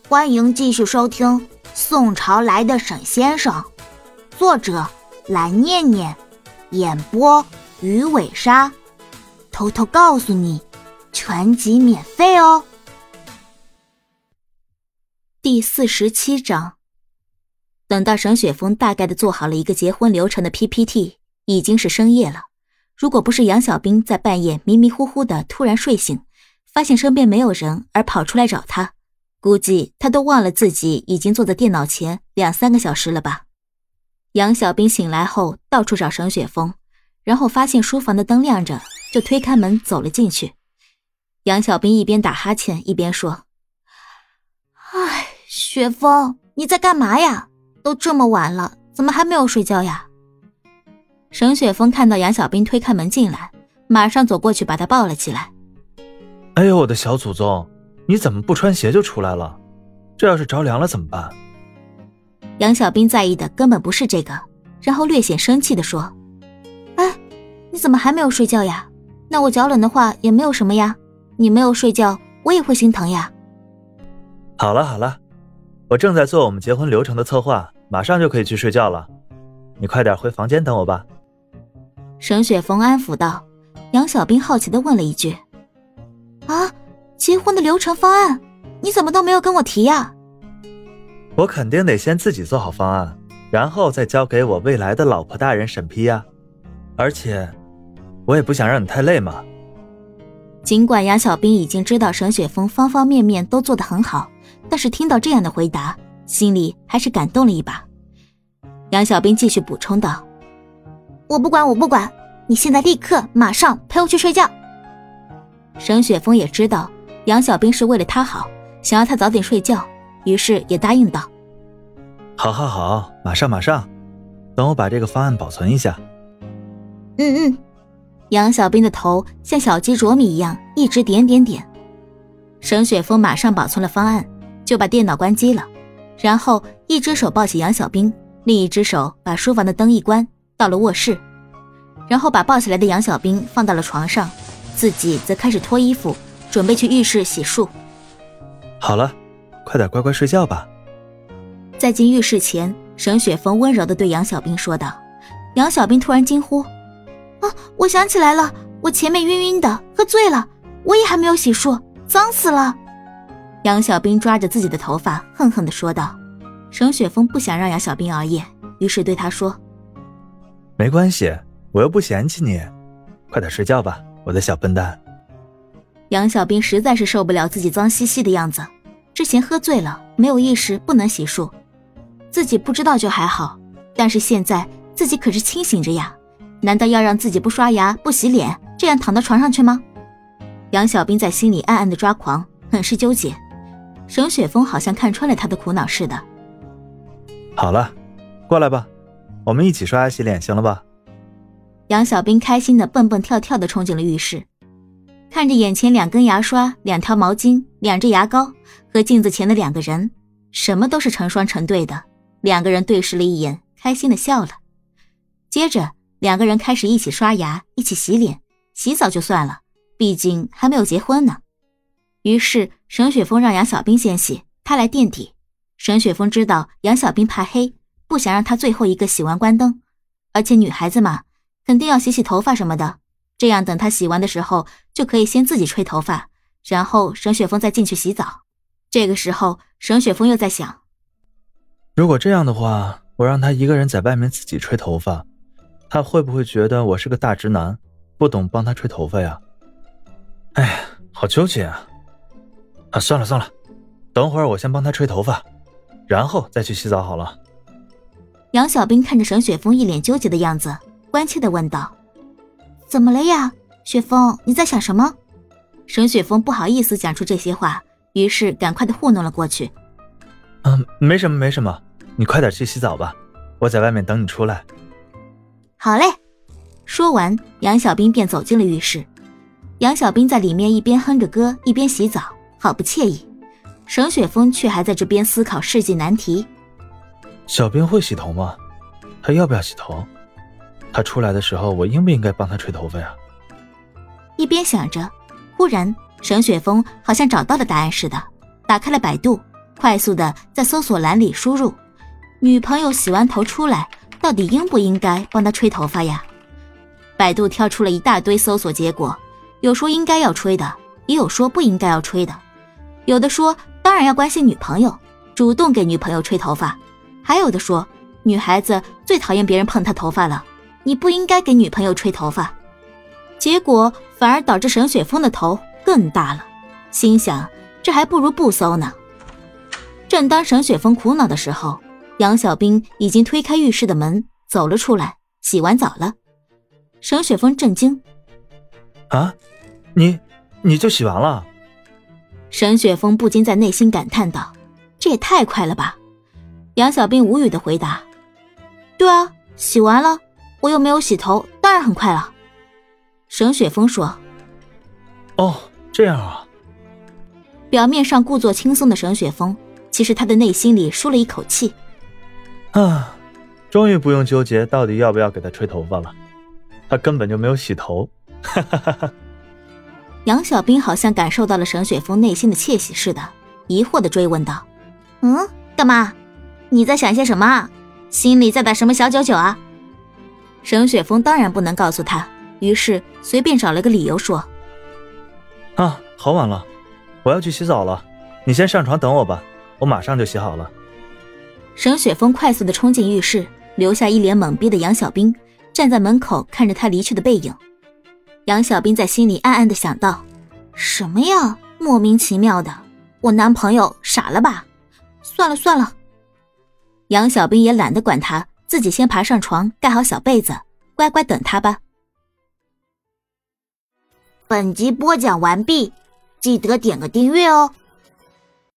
欢迎继续收听《宋朝来的沈先生》，作者蓝念念，演播鱼尾鲨。偷偷告诉你，全集免费哦。第47章。等到沈雪峰大概的做好了一个结婚流程的 PPT， 已经是深夜了。如果不是杨小兵在半夜迷迷糊糊的突然睡醒，发现身边没有人而跑出来找他，估计他都忘了自己已经坐在电脑前2-3个小时了吧。杨小兵醒来后到处找沈雪峰，然后发现书房的灯亮着，就推开门走了进去。杨小兵一边打哈欠一边说：哎，雪峰，你在干嘛呀？都这么晚了，怎么还没有睡觉呀？沈雪峰看到杨小兵推开门进来，马上走过去把他抱了起来。 哎呦，我的小祖宗，你怎么不穿鞋就出来了？这要是着凉了怎么办？ 杨小兵在意的根本不是这个，然后略显生气地说：哎，你怎么还没有睡觉呀？那我脚冷的话也没有什么呀，你没有睡觉我也会心疼呀。 好了好了，我正在做我们结婚流程的策划，马上就可以去睡觉了，你快点回房间等我吧。 沈雪峰安抚道。杨小兵好奇地问了一句：啊，结婚的流程方案你怎么都没有跟我提呀？ 我肯定得先自己做好方案，然后再交给我未来的老婆大人审批呀。而且我也不想让你太累嘛。 尽管杨小兵已经知道沈雪峰方方面面都做得很好，但是听到这样的回答，心里还是感动了一把。杨小兵继续补充道：我不管，你现在立刻马上陪我去睡觉。沈雪峰也知道杨小兵是为了他好，想要他早点睡觉，于是也答应道： 好，马上，等我把这个方案保存一下。 杨小兵的头像小鸡啄米一样一直点。沈雪峰马上保存了方案，就把电脑关机了，然后一只手抱起杨小兵，另一只手把书房的灯一关，到了卧室，然后把抱起来的杨小兵放到了床上，自己则开始脱衣服，准备去浴室洗漱。 好了，快点乖乖睡觉吧。 在进浴室前，沈雪峰温柔地对杨小兵说道。杨小兵突然惊呼：啊，我想起来了，我前面晕晕的，喝醉了，我也还没有洗漱，脏死了。杨小兵抓着自己的头发恨恨地说道。沈雪峰不想让杨小兵熬夜，于是对他说： 没关系，我又不嫌弃你，快点睡觉吧，我的小笨蛋。 杨小兵实在是受不了自己脏兮兮的样子，之前喝醉了没有意识，不能洗漱，自己不知道就还好，但是现在自己可是清醒着呀，难道要让自己不刷牙不洗脸这样躺到床上去吗？杨小兵在心里暗暗的抓狂，很是纠结。沈雪峰好像看穿了他的苦恼似的。 好了，过来吧，我们一起刷牙洗脸行了吧？ 杨小兵开心的蹦蹦跳跳的冲进了浴室，看着眼前2根牙刷、2条毛巾、2支牙膏和镜子前的2个人，什么都是成双成对的。2个人对视了一眼，开心的笑了。接着2个人开始一起刷牙，一起洗脸，洗澡就算了，毕竟还没有结婚呢。于是沈雪峰让杨小兵先洗，他来垫底。沈雪峰知道杨小兵怕黑，不想让他最后一个洗完关灯，而且女孩子嘛，肯定要洗头发什么的，这样等他洗完的时候就可以先自己吹头发，然后沈雪峰再进去洗澡。这个时候沈雪峰又在想， 如果这样的话，我让他一个人在外面自己吹头发，他会不会觉得我是个大直男，不懂帮他吹头发呀？哎呀，好纠结啊！算了，等会儿我先帮他吹头发，然后再去洗澡好了。 杨小兵看着沈雪峰一脸纠结的样子，关切地问道：怎么了呀？雪峰，你在想什么？沈雪峰不好意思讲出这些话，于是赶快地糊弄了过去。 没什么，你快点去洗澡吧，我在外面等你出来。 好嘞。说完，杨小兵便走进了浴室。杨小兵在里面一边哼着歌一边洗澡，好不惬意。沈雪峰却还在这边思考世纪难题。 小兵会洗头吗？他要不要洗头？他出来的时候我应不应该帮他吹头发呀？ 一边想着，忽然沈雪峰好像找到了答案似的，打开了百度，快快速的在搜索栏里输入女朋友洗完头出来，到底应不应该帮她吹头发呀？百度跳出了一大堆搜索结果，有说应该要吹的，也有说不应该要吹的。有的说当然要关心女朋友，主动给女朋友吹头发，还有的说女孩子最讨厌别人碰她头发了，你不应该给女朋友吹头发。结果反而导致沈雪峰的头更大了，心想这还不如不搜呢。正当沈雪峰苦恼的时候，杨小兵已经推开浴室的门走了出来，洗完澡了。沈雪峰震惊， 啊，你就洗完了？ 沈雪峰不禁在内心感叹道，这也太快了吧。杨小兵无语地回答，对啊，洗完了，我又没有洗头，当然很快了。沈雪峰说， 哦，这样啊。 表面上故作轻松的沈雪峰，其实他的内心里舒了一口气啊，终于不用纠结到底要不要给他吹头发了，他根本就没有洗头。哈哈哈哈。 杨小兵好像感受到了沈雪峰内心的窃喜似的，疑惑地追问道，干嘛？你在想些什么？心里在打什么小九九啊？沈雪峰当然不能告诉他，于是随便找了个理由说， 啊，好晚了，我要去洗澡了，你先上床等我吧，我马上就洗好了。 沈雪峰快速地冲进浴室，留下一脸懵逼的杨小兵站在门口看着他离去的背影。杨小兵在心里暗暗地想到，什么呀，莫名其妙的，我男朋友傻了吧？算了。杨小兵也懒得管他，自己先爬上床，盖好小被子，乖乖等他吧。 本集播讲完毕，记得点个订阅哦。